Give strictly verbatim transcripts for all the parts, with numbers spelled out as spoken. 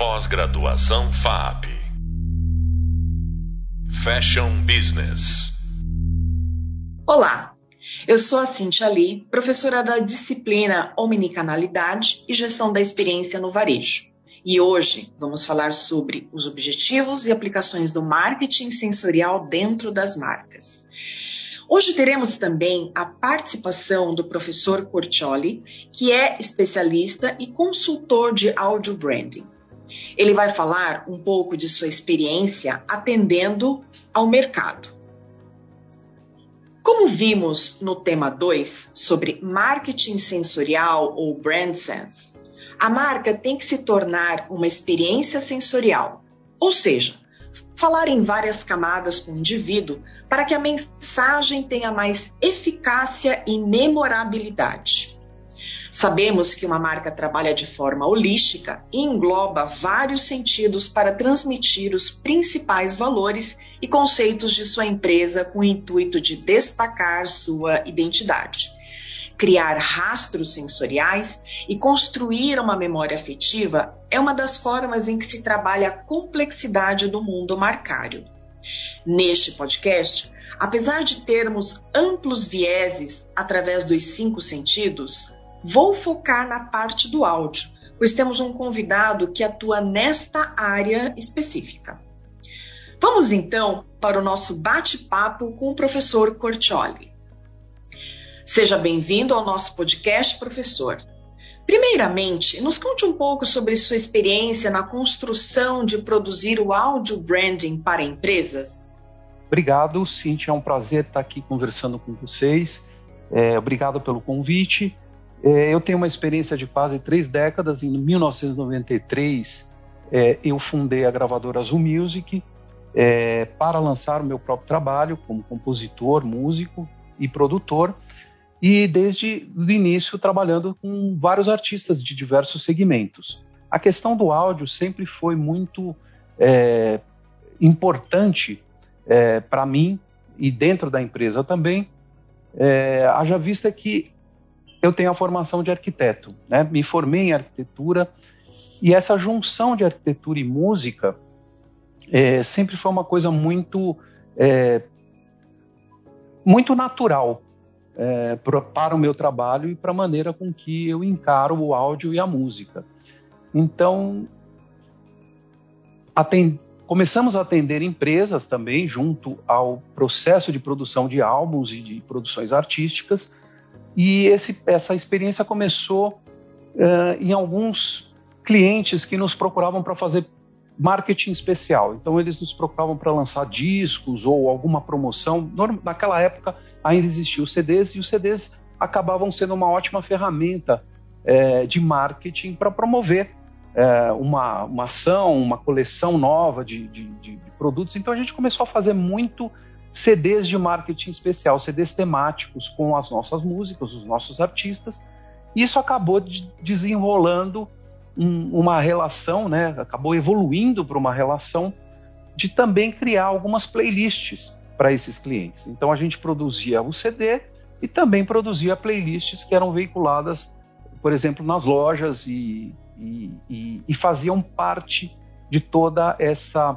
Pós-graduação F A P. Fashion Business. Olá, eu sou a Cíntia Lee, professora da disciplina Omnicanalidade e Gestão da Experiência no Varejo. E hoje vamos falar sobre os objetivos e aplicações do marketing sensorial dentro das marcas. Hoje teremos também a participação do professor Cortioli, que é especialista e consultor de audio branding. Ele vai falar um pouco de sua experiência atendendo ao mercado. Como vimos no tema dois sobre marketing sensorial ou brand sense, a marca tem que se tornar uma experiência sensorial, ou seja, falar em várias camadas com o indivíduo para que a mensagem tenha mais eficácia e memorabilidade. Sabemos que uma marca trabalha de forma holística e engloba vários sentidos para transmitir os principais valores e conceitos de sua empresa com o intuito de destacar sua identidade, criar rastros sensoriais e construir uma memória afetiva é uma das formas em que se trabalha a complexidade do mundo marcário. Neste podcast, apesar de termos amplos vieses através dos cinco sentidos, vou focar na parte do áudio, pois temos um convidado que atua nesta área específica. Vamos então para o nosso bate-papo com o professor Cortioli. Seja bem-vindo ao nosso podcast, professor. Primeiramente, nos conte um pouco sobre sua experiência na construção de produzir o audio branding para empresas. Obrigado, Cíntia. É um prazer estar aqui conversando com vocês. É, obrigado pelo convite. É, eu tenho uma experiência de quase três décadas. Em mil novecentos e noventa e três, é, eu fundei a gravadora Azul Music é, para lançar o meu próprio trabalho como compositor, músico e produtor. E desde o início trabalhando com vários artistas de diversos segmentos. A questão do áudio sempre foi muito é, importante é, para mim e dentro da empresa também, é, haja vista que eu tenho a formação de arquiteto, né? Me formei em arquitetura e essa junção de arquitetura e música é, sempre foi uma coisa muito, é, muito natural. É, para o meu trabalho e para a maneira com que eu encaro o áudio e a música. Então, atend... começamos a atender empresas também, junto ao processo de produção de álbuns e de produções artísticas, e esse, essa experiência começou uh, em alguns clientes que nos procuravam para fazer marketing especial. Então, eles nos procuravam para lançar discos ou alguma promoção. Naquela época, ainda existiam os C Ds, e os C Ds acabavam sendo uma ótima ferramenta é, de marketing para promover é, uma, uma ação, uma coleção nova de, de, de, de produtos. Então, a gente começou a fazer muito C Ds de marketing especial, C Ds temáticos com as nossas músicas, os nossos artistas. E isso acabou de, desenrolando um, uma relação, né? Acabou evoluindo para uma relação de também criar algumas playlists para esses clientes. Então a gente produzia o C D e também produzia playlists que eram veiculadas, por exemplo, nas lojas e, e, e, e faziam parte de toda essa,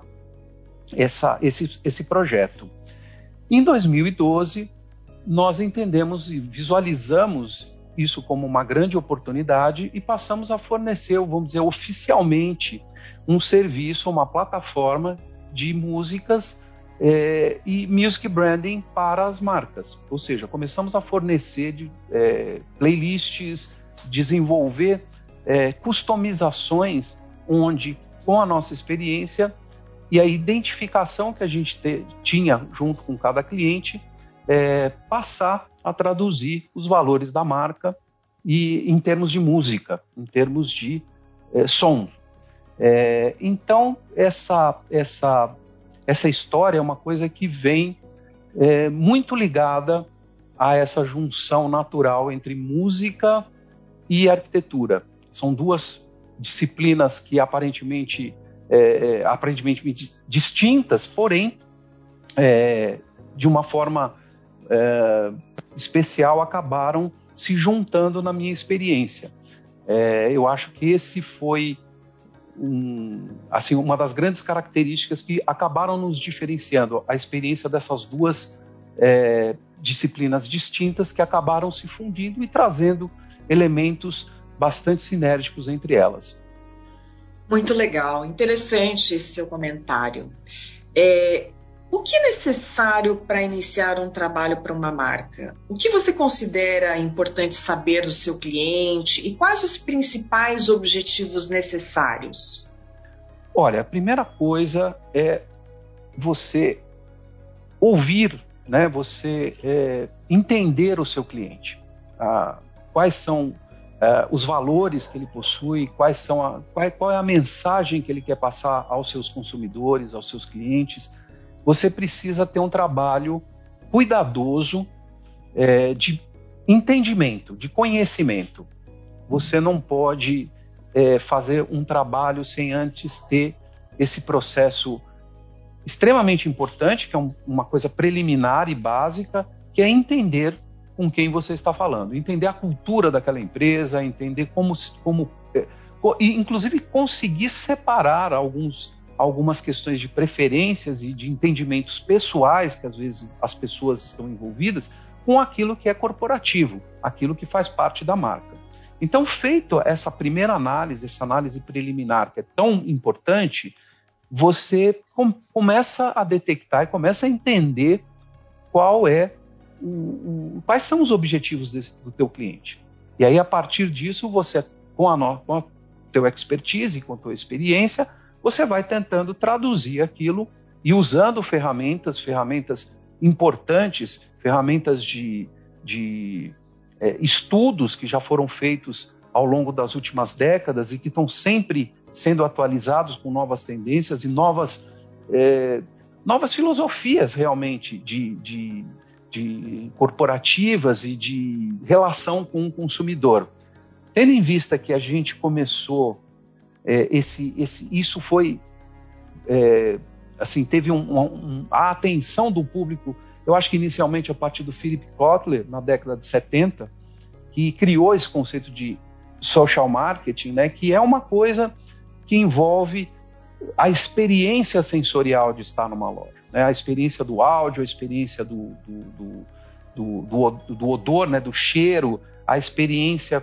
essa esse, esse projeto. Em dois mil e doze, nós entendemos e visualizamos isso como uma grande oportunidade e passamos a fornecer, vamos dizer, oficialmente um serviço, uma plataforma de músicas É, e music branding para as marcas, ou seja, começamos a fornecer de, é, playlists, desenvolver é, customizações onde, com a nossa experiência e a identificação que a gente te, tinha junto com cada cliente, é, passar a traduzir os valores da marca e em termos de música, em termos de é, som. É, então, essa, essa Essa história é uma coisa que vem é, muito ligada a essa junção natural entre música e arquitetura. São duas disciplinas que aparentemente, é, aparentemente distintas, porém, é, de uma forma é, especial, acabaram se juntando na minha experiência. É, eu acho que esse foi um, assim, uma das grandes características que acabaram nos diferenciando, a experiência dessas duas é, disciplinas distintas que acabaram se fundindo e trazendo elementos bastante sinérgicos entre elas. Muito legal, interessante esse seu comentário. É, o que é necessário para iniciar um trabalho para uma marca? O que você considera importante saber do seu cliente e quais os principais objetivos necessários? Olha, a primeira coisa é você ouvir, né? Você é, entender o seu cliente. Ah, quais são ah, os valores que ele possui, quais são a, qual, qual é a mensagem que ele quer passar aos seus consumidores, aos seus clientes. Você precisa ter um trabalho cuidadoso é, de entendimento, de conhecimento. Você não pode é, fazer um trabalho sem antes ter esse processo extremamente importante, que é um, uma coisa preliminar e básica, que é entender com quem você está falando, entender a cultura daquela empresa, entender como, como é, e inclusive conseguir separar alguns algumas questões de preferências e de entendimentos pessoais que às vezes as pessoas estão envolvidas com aquilo que é corporativo, aquilo que faz parte da marca. Então, feito essa primeira análise, essa análise preliminar que é tão importante, você com, começa a detectar e começa a entender qual é o, o, quais são os objetivos desse, do teu cliente. E aí, a partir disso, você, com a, com a teu expertise, com a tua experiência, você vai tentando traduzir aquilo e usando ferramentas, ferramentas importantes, ferramentas de, de é, estudos que já foram feitos ao longo das últimas décadas e que estão sempre sendo atualizados com novas tendências e novas, é, novas filosofias realmente de, de, de corporativas e de relação com o consumidor. Tendo em vista que a gente começou É, esse, esse, isso foi, é, assim, teve um, um, a atenção do público, eu acho que inicialmente a partir do Philip Kotler, na década de setenta, que criou esse conceito de social marketing, né, que é uma coisa que envolve a experiência sensorial de estar numa loja, né, a experiência do áudio, a experiência do, do, do, do, do, do odor, né, do cheiro, a experiência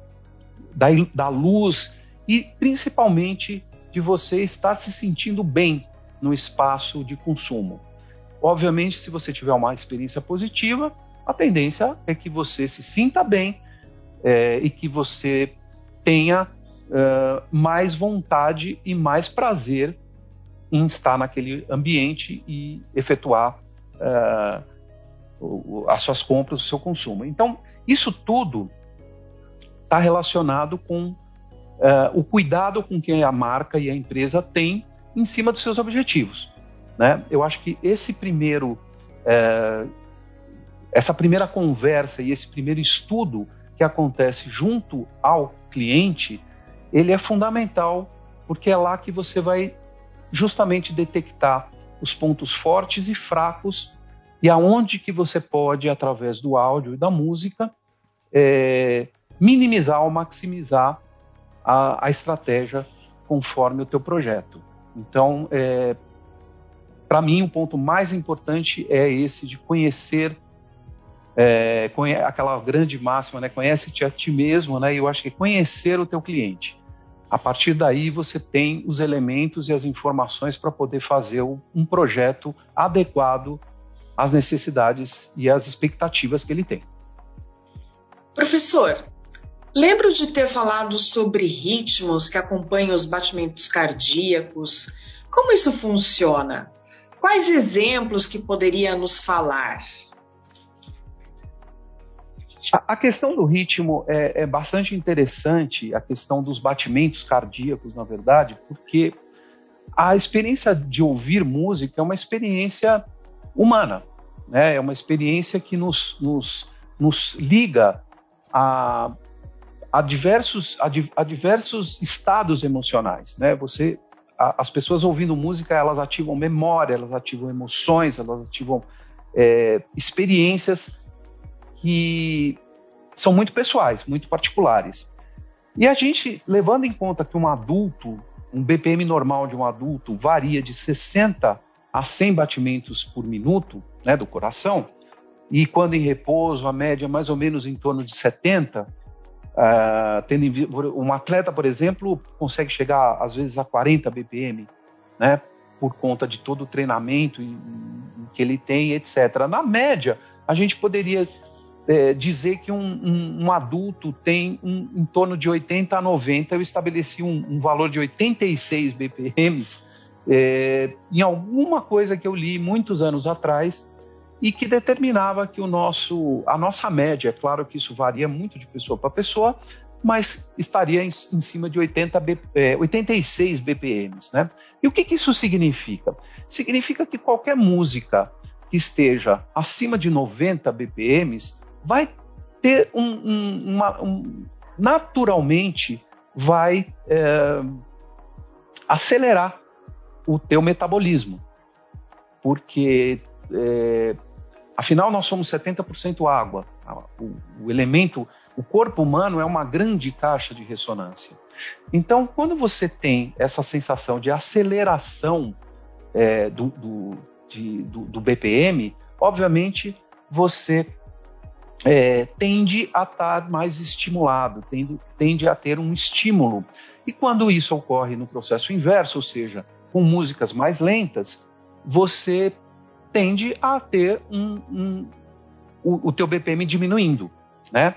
da, da luz, e principalmente de você estar se sentindo bem no espaço de consumo. Obviamente, se você tiver uma experiência positiva, a tendência é que você se sinta bem é, e que você tenha uh, mais vontade e mais prazer em estar naquele ambiente e efetuar uh, as suas compras, o seu consumo. Então, isso tudo está relacionado com Uh, o cuidado com que a marca e a empresa têm em cima dos seus objetivos, né? Eu acho que esse primeiro, uh, essa primeira conversa e esse primeiro estudo que acontece junto ao cliente, ele é fundamental, porque é lá que você vai justamente detectar os pontos fortes e fracos e aonde que você pode, através do áudio e da música, é, minimizar ou maximizar A, a estratégia conforme o teu projeto. Então, é, para mim, o ponto mais importante é esse de conhecer, é, conhe, aquela grande máxima, né? Conhece-te a ti mesmo, né? E eu acho que é conhecer o teu cliente. A partir daí, você tem os elementos e as informações para poder fazer um projeto adequado às necessidades e às expectativas que ele tem. Professor, lembro de ter falado sobre ritmos que acompanham os batimentos cardíacos. Como isso funciona? Quais exemplos que poderia nos falar? A, a questão do ritmo é, é bastante interessante, a questão dos batimentos cardíacos, na verdade, porque a experiência de ouvir música é uma experiência humana, né? É uma experiência que nos, nos, nos liga a a diversos, a, a diversos estados emocionais, né? Você, a, as pessoas ouvindo música, elas ativam memória, elas ativam emoções, elas ativam é, experiências que são muito pessoais, muito particulares. E a gente, levando em conta que um adulto um B P M normal de um adulto varia de sessenta a cem batimentos por minuto, né, do coração, e quando em repouso, a média é mais ou menos em torno de setenta, uh, tendo em, um atleta, por exemplo, consegue chegar às vezes a quarenta B P M, né, por conta de todo o treinamento que ele tem, etcétera. Na média, a gente poderia é, dizer que um, um, um adulto tem um, em torno de oitenta a noventa, eu estabeleci um, um valor de oitenta e seis B P Ms é, em alguma coisa que eu li muitos anos atrás, e que determinava que o nosso, a nossa média, é claro que isso varia muito de pessoa para pessoa, mas estaria em, em cima de oitenta, é, oitenta e seis B P Ms, né? E o que, que isso significa? Significa que qualquer música que esteja acima de noventa B P Ms vai ter um, um, uma, um naturalmente vai é, acelerar o teu metabolismo, porque é, afinal, nós somos setenta por cento água. O, o elemento, o corpo humano é uma grande caixa de ressonância. Então, quando você tem essa sensação de aceleração é, do, do, de, do, do B P M, obviamente você é, tende a estar mais estimulado, tende, tende a ter um estímulo. E quando isso ocorre no processo inverso, ou seja, com músicas mais lentas, você tende a ter um, um, o, o teu B P M diminuindo, né?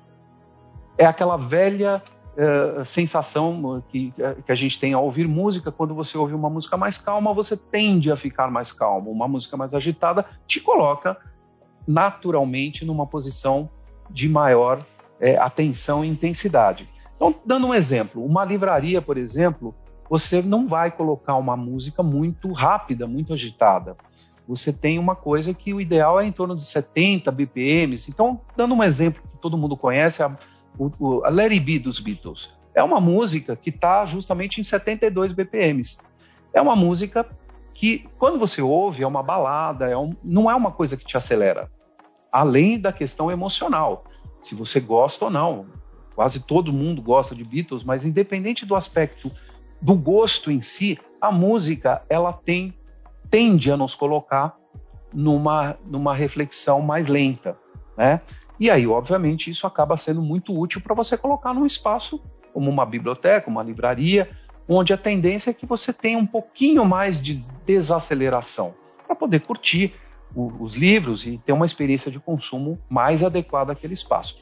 É aquela velha uh, sensação que, que a gente tem ao ouvir música. Quando você ouve uma música mais calma, você tende a ficar mais calmo. Uma música mais agitada te coloca naturalmente numa posição de maior é, atenção e intensidade. Então, dando um exemplo, uma livraria, por exemplo, você não vai colocar uma música muito rápida, muito agitada. Você tem uma coisa que o ideal é em torno de setenta B P Ms. Então, dando um exemplo que todo mundo conhece, a, o, a Let It Be dos Beatles. É uma música que está justamente em setenta e dois B P Ms. É uma música que, quando você ouve, é uma balada, é um, não é uma coisa que te acelera. Além da questão emocional, se você gosta ou não. Quase todo mundo gosta de Beatles, mas independente do aspecto do gosto em si, a música, ela tem tende a nos colocar numa, numa reflexão mais lenta, né? E aí, obviamente, isso acaba sendo muito útil para você colocar num espaço como uma biblioteca, uma livraria, onde a tendência é que você tenha um pouquinho mais de desaceleração para poder curtir o, os livros e ter uma experiência de consumo mais adequada àquele espaço.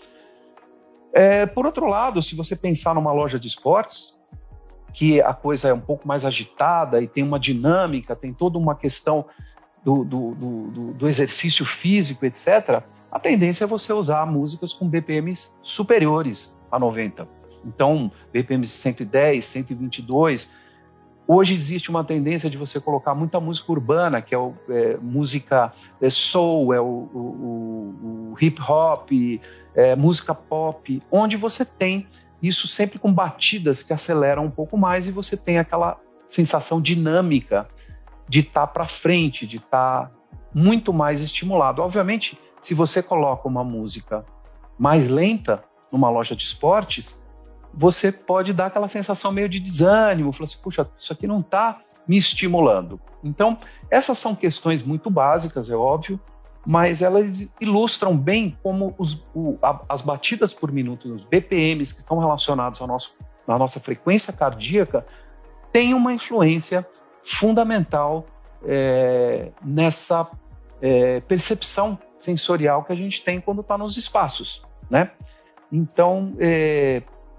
É, por outro lado, se você pensar numa loja de esportes, que a coisa é um pouco mais agitada e tem uma dinâmica, tem toda uma questão do, do, do, do exercício físico, etcétera, a tendência é você usar músicas com B P Ms superiores a noventa. Então, B P Ms cento e dez, cento e vinte e dois. Hoje existe uma tendência de você colocar muita música urbana, que é, o, é música é soul, é o, o, o hip hop, é música pop, onde você tem isso sempre com batidas que aceleram um pouco mais e você tem aquela sensação dinâmica de estar para frente, de estar muito mais estimulado. Obviamente, se você coloca uma música mais lenta numa loja de esportes, você pode dar aquela sensação meio de desânimo, falar assim, puxa, isso aqui não está me estimulando. Então, essas são questões muito básicas, é óbvio, mas elas ilustram bem como os, o, a, as batidas por minuto, os B P Ms que estão relacionados ao nosso, à nossa frequência cardíaca, têm uma influência fundamental é, nessa é, percepção sensorial que a gente tem quando está nos espaços, né? Então, é,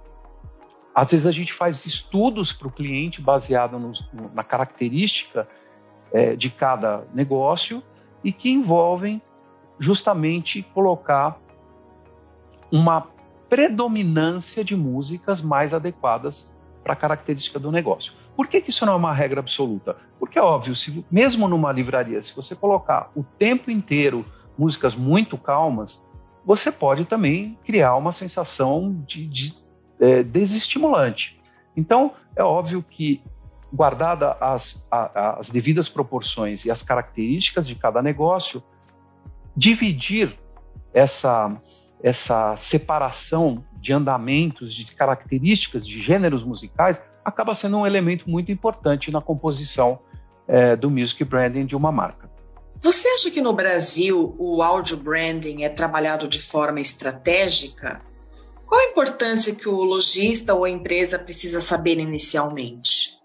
às vezes a gente faz estudos para o cliente baseado nos, na característica é, de cada negócio, e que envolvem justamente colocar uma predominância de músicas mais adequadas para a característica do negócio. Por que que isso não é uma regra absoluta? Porque é óbvio, se, mesmo numa livraria, se você colocar o tempo inteiro músicas muito calmas, você pode também criar uma sensação de, de é, desestimulante. Então, é óbvio que, guardada as, a, as devidas proporções e as características de cada negócio, dividir essa, essa separação de andamentos, de características, de gêneros musicais, acaba sendo um elemento muito importante na composição é, do music branding de uma marca. Você acha que no Brasil o audio branding é trabalhado de forma estratégica? Qual a importância que o lojista ou a empresa precisa saber inicialmente?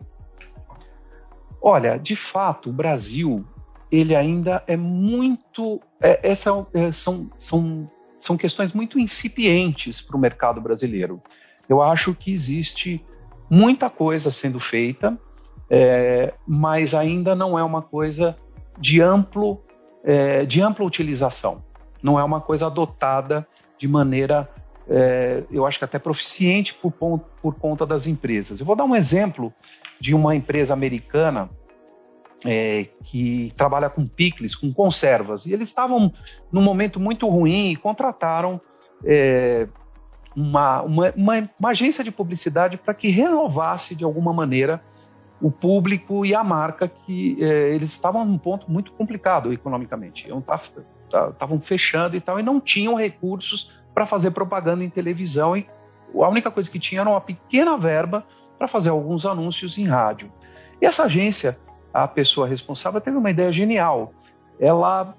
Olha, de fato, o Brasil, ele ainda é muito... É, essa, é, são, são, são questões muito incipientes para o mercado brasileiro. Eu acho que existe muita coisa sendo feita, é, mas ainda não é uma coisa de, amplo, é, de ampla utilização. Não é uma coisa adotada de maneira, é, eu acho que até proficiente por, por conta das empresas. Eu vou dar um exemplo de uma empresa americana é, que trabalha com picles, com conservas, e eles estavam num momento muito ruim e contrataram é, uma, uma, uma, uma agência de publicidade para que renovasse de alguma maneira o público e a marca, que eh, eles estavam num ponto muito complicado economicamente. Estavam fechando e tal, e não tinham recursos para fazer propaganda em televisão, e a única coisa que tinha era uma pequena verba para fazer alguns anúncios em rádio. E essa agência, a pessoa responsável, teve uma ideia genial. Ela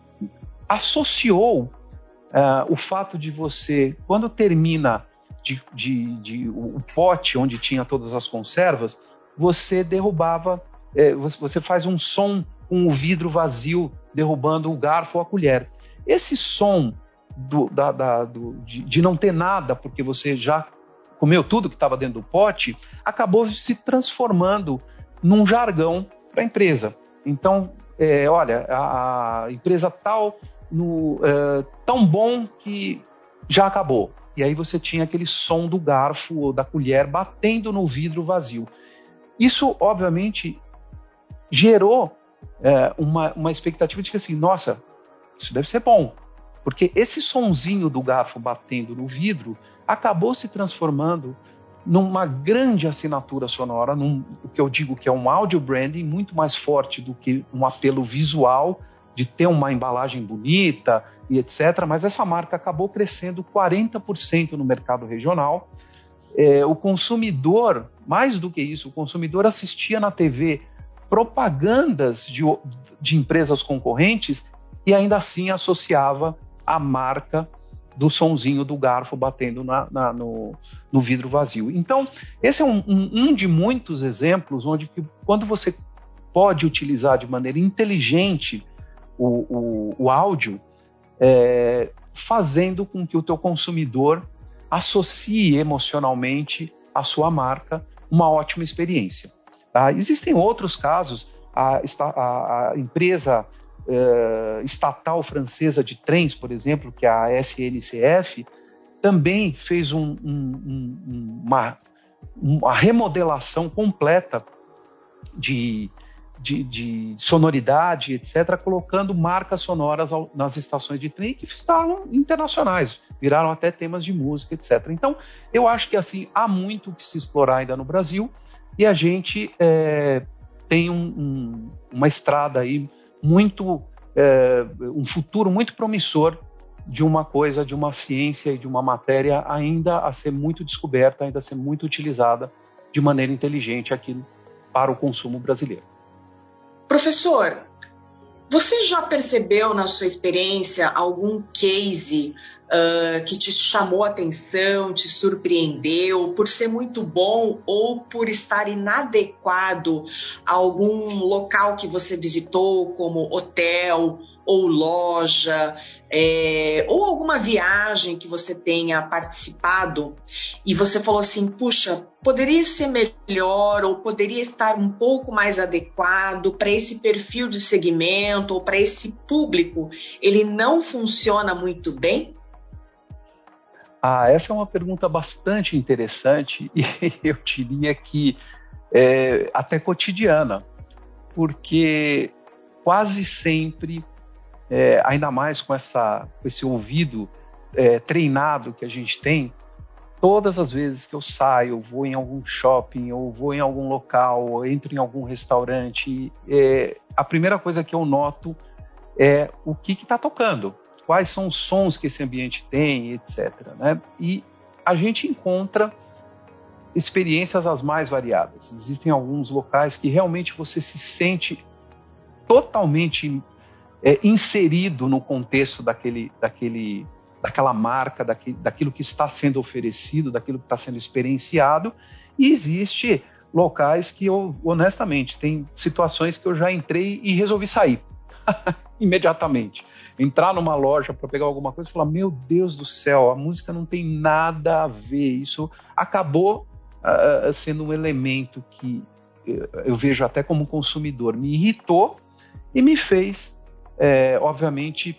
associou uh, o fato de você, quando termina de, de, de, o pote onde tinha todas as conservas, você derrubava, é, você faz um som com o vidro vazio, derrubando o garfo ou a colher. Esse som do, da, da, do, de, de não ter nada, porque você já comeu tudo que estava dentro do pote, acabou se transformando num jargão para a empresa. Então, é, olha, a, a empresa tal, no, é, tão bom que já acabou. E aí você tinha aquele som do garfo ou da colher batendo no vidro vazio. Isso, obviamente, gerou é, uma, uma expectativa de que, assim, nossa, isso deve ser bom. Porque esse sonzinho do garfo batendo no vidro acabou se transformando numa grande assinatura sonora, num, o que eu digo que é um audio branding muito mais forte do que um apelo visual, de ter uma embalagem bonita e etcétera. Mas essa marca acabou crescendo quarenta por cento no mercado regional. É, o consumidor, mais do que isso, o consumidor assistia na T V propagandas de, de empresas concorrentes e ainda assim associava a marca do sonzinho do garfo batendo na, na, no, no vidro vazio. Então, esse é um, um, um de muitos exemplos onde que, quando você pode utilizar de maneira inteligente o, o, o áudio, é, fazendo com que o teu consumidor associe emocionalmente a sua marca uma ótima experiência. Tá? Existem outros casos, a, a, a empresa eh, estatal francesa de trens, por exemplo, que é a S N C F, também fez um, um, um, uma, uma remodelação completa de, de, de sonoridade, etcétera, colocando marcas sonoras ao, nas estações de trem que estavam internacionais, viraram até temas de música, etcétera. Então, eu acho que assim há muito o que se explorar ainda no Brasil e a gente é, tem um, um, uma estrada aí muito, é, um futuro muito promissor de uma coisa, de uma ciência e de uma matéria ainda a ser muito descoberta, ainda a ser muito utilizada de maneira inteligente aqui para o consumo brasileiro. Professor, você já percebeu na sua experiência algum case uh, que te chamou a atenção, te surpreendeu por ser muito bom ou por estar inadequado a algum local que você visitou, como hotel ou loja, é, ou alguma viagem que você tenha participado e você falou assim, puxa, poderia ser melhor ou poderia estar um pouco mais adequado para esse perfil de segmento ou para esse público, ele não funciona muito bem? Ah, essa é uma pergunta bastante interessante e eu diria que é, até cotidiana, porque quase sempre É, ainda mais com, essa, com esse ouvido é, treinado que a gente tem, todas as vezes que eu saio, vou em algum shopping, ou vou em algum local, ou entro em algum restaurante, é, a primeira coisa que eu noto é o que está tocando, quais são os sons que esse ambiente tem, etcétera, né? E a gente encontra experiências as mais variadas. Existem alguns locais que realmente você se sente totalmente é, inserido no contexto daquele, daquele, daquela marca, daquele, daquilo que está sendo oferecido, daquilo que está sendo experienciado, e existe locais que eu, honestamente, tem situações que eu já entrei e resolvi sair imediatamente. Entrar numa loja para pegar alguma coisa e falar, meu Deus do céu, a música não tem nada a ver. Isso acabou uh, sendo um elemento que eu, eu vejo até como consumidor, me irritou e me fez, é, obviamente,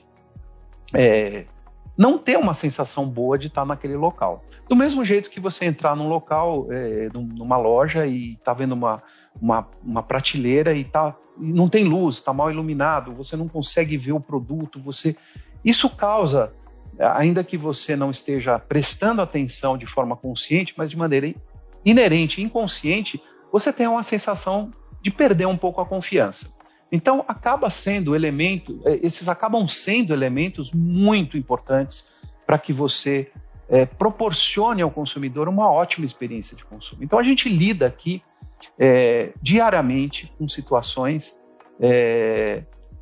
é, não ter uma sensação boa de estar naquele local. Do mesmo jeito que você entrar num local, é, numa loja e tá vendo uma, uma, uma prateleira e, tá, e não tem luz, está mal iluminado, você não consegue ver o produto, você... Isso causa, ainda que você não esteja prestando atenção de forma consciente, mas de maneira inerente, inconsciente, você tem uma sensação de perder um pouco a confiança. Então, acaba sendo elemento, esses acabam sendo elementos muito importantes para que você é, proporcione ao consumidor uma ótima experiência de consumo. Então, a gente lida aqui é, diariamente com situações é,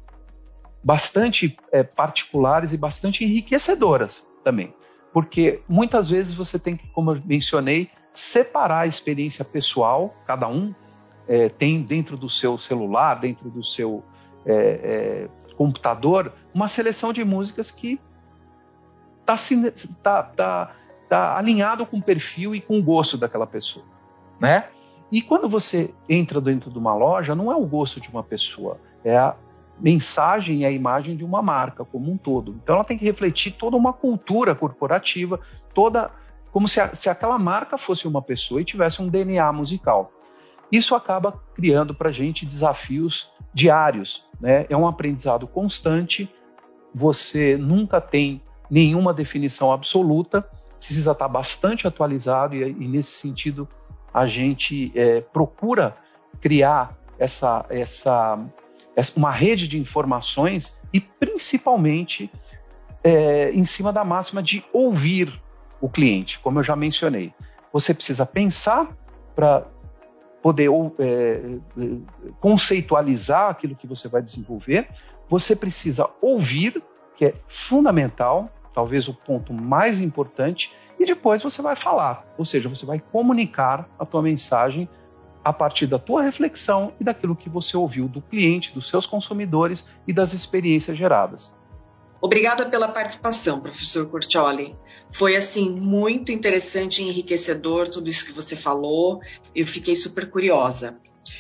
bastante é, particulares e bastante enriquecedoras também. Porque muitas vezes você tem que, como eu mencionei, separar a experiência pessoal, cada um É, tem dentro do seu celular, dentro do seu é, é, computador, uma seleção de músicas que está tá, tá, tá alinhado com o perfil e com o gosto daquela pessoa, né? E quando você entra dentro de uma loja, não é o gosto de uma pessoa, é a mensagem e a imagem de uma marca como um todo. Então ela tem que refletir toda uma cultura corporativa, toda, como se, a, se aquela marca fosse uma pessoa e tivesse um D N A musical. Isso acaba criando para a gente desafios diários, né? É um aprendizado constante, você nunca tem nenhuma definição absoluta, precisa estar bastante atualizado e, e nesse sentido, a gente é, procura criar essa, essa, essa, uma rede de informações e, principalmente, é, em cima da máxima de ouvir o cliente, como eu já mencionei. Você precisa pensar para poder é, conceitualizar aquilo que você vai desenvolver, você precisa ouvir, que é fundamental, talvez o ponto mais importante, e depois você vai falar, ou seja, você vai comunicar a tua mensagem a partir da tua reflexão e daquilo que você ouviu do cliente, dos seus consumidores e das experiências geradas. Obrigada pela participação, professor Curtioli. Foi, assim, muito interessante e enriquecedor tudo isso que você falou. Eu fiquei super curiosa.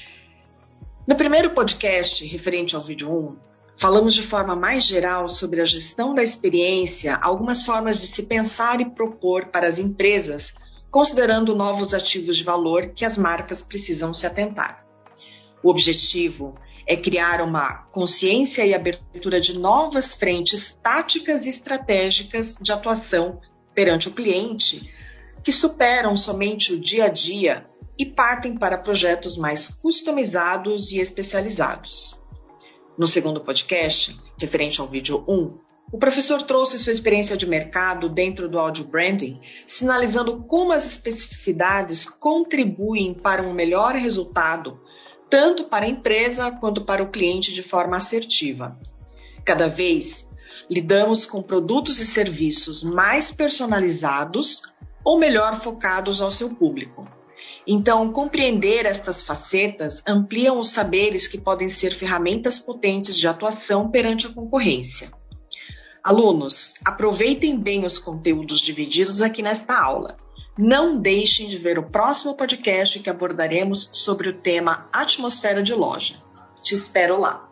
No primeiro podcast, referente ao vídeo um, falamos de forma mais geral sobre a gestão da experiência, algumas formas de se pensar e propor para as empresas, considerando novos ativos de valor que as marcas precisam se atentar. O objetivo é criar uma consciência e abertura de novas frentes táticas e estratégicas de atuação perante o cliente, que superam somente o dia a dia e partem para projetos mais customizados e especializados. No segundo podcast, referente ao vídeo um, o professor trouxe sua experiência de mercado dentro do audio branding, sinalizando como as especificidades contribuem para um melhor resultado, tanto para a empresa quanto para o cliente de forma assertiva. Cada vez lidamos com produtos e serviços mais personalizados ou melhor focados ao seu público. Então, compreender estas facetas ampliam os saberes que podem ser ferramentas potentes de atuação perante a concorrência. Alunos, aproveitem bem os conteúdos divididos aqui nesta aula. Não deixem de ver o próximo podcast que abordaremos sobre o tema Atmosfera de Loja. Te espero lá.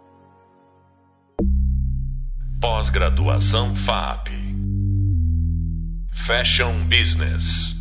Pós-graduação F A P. Fashion Business.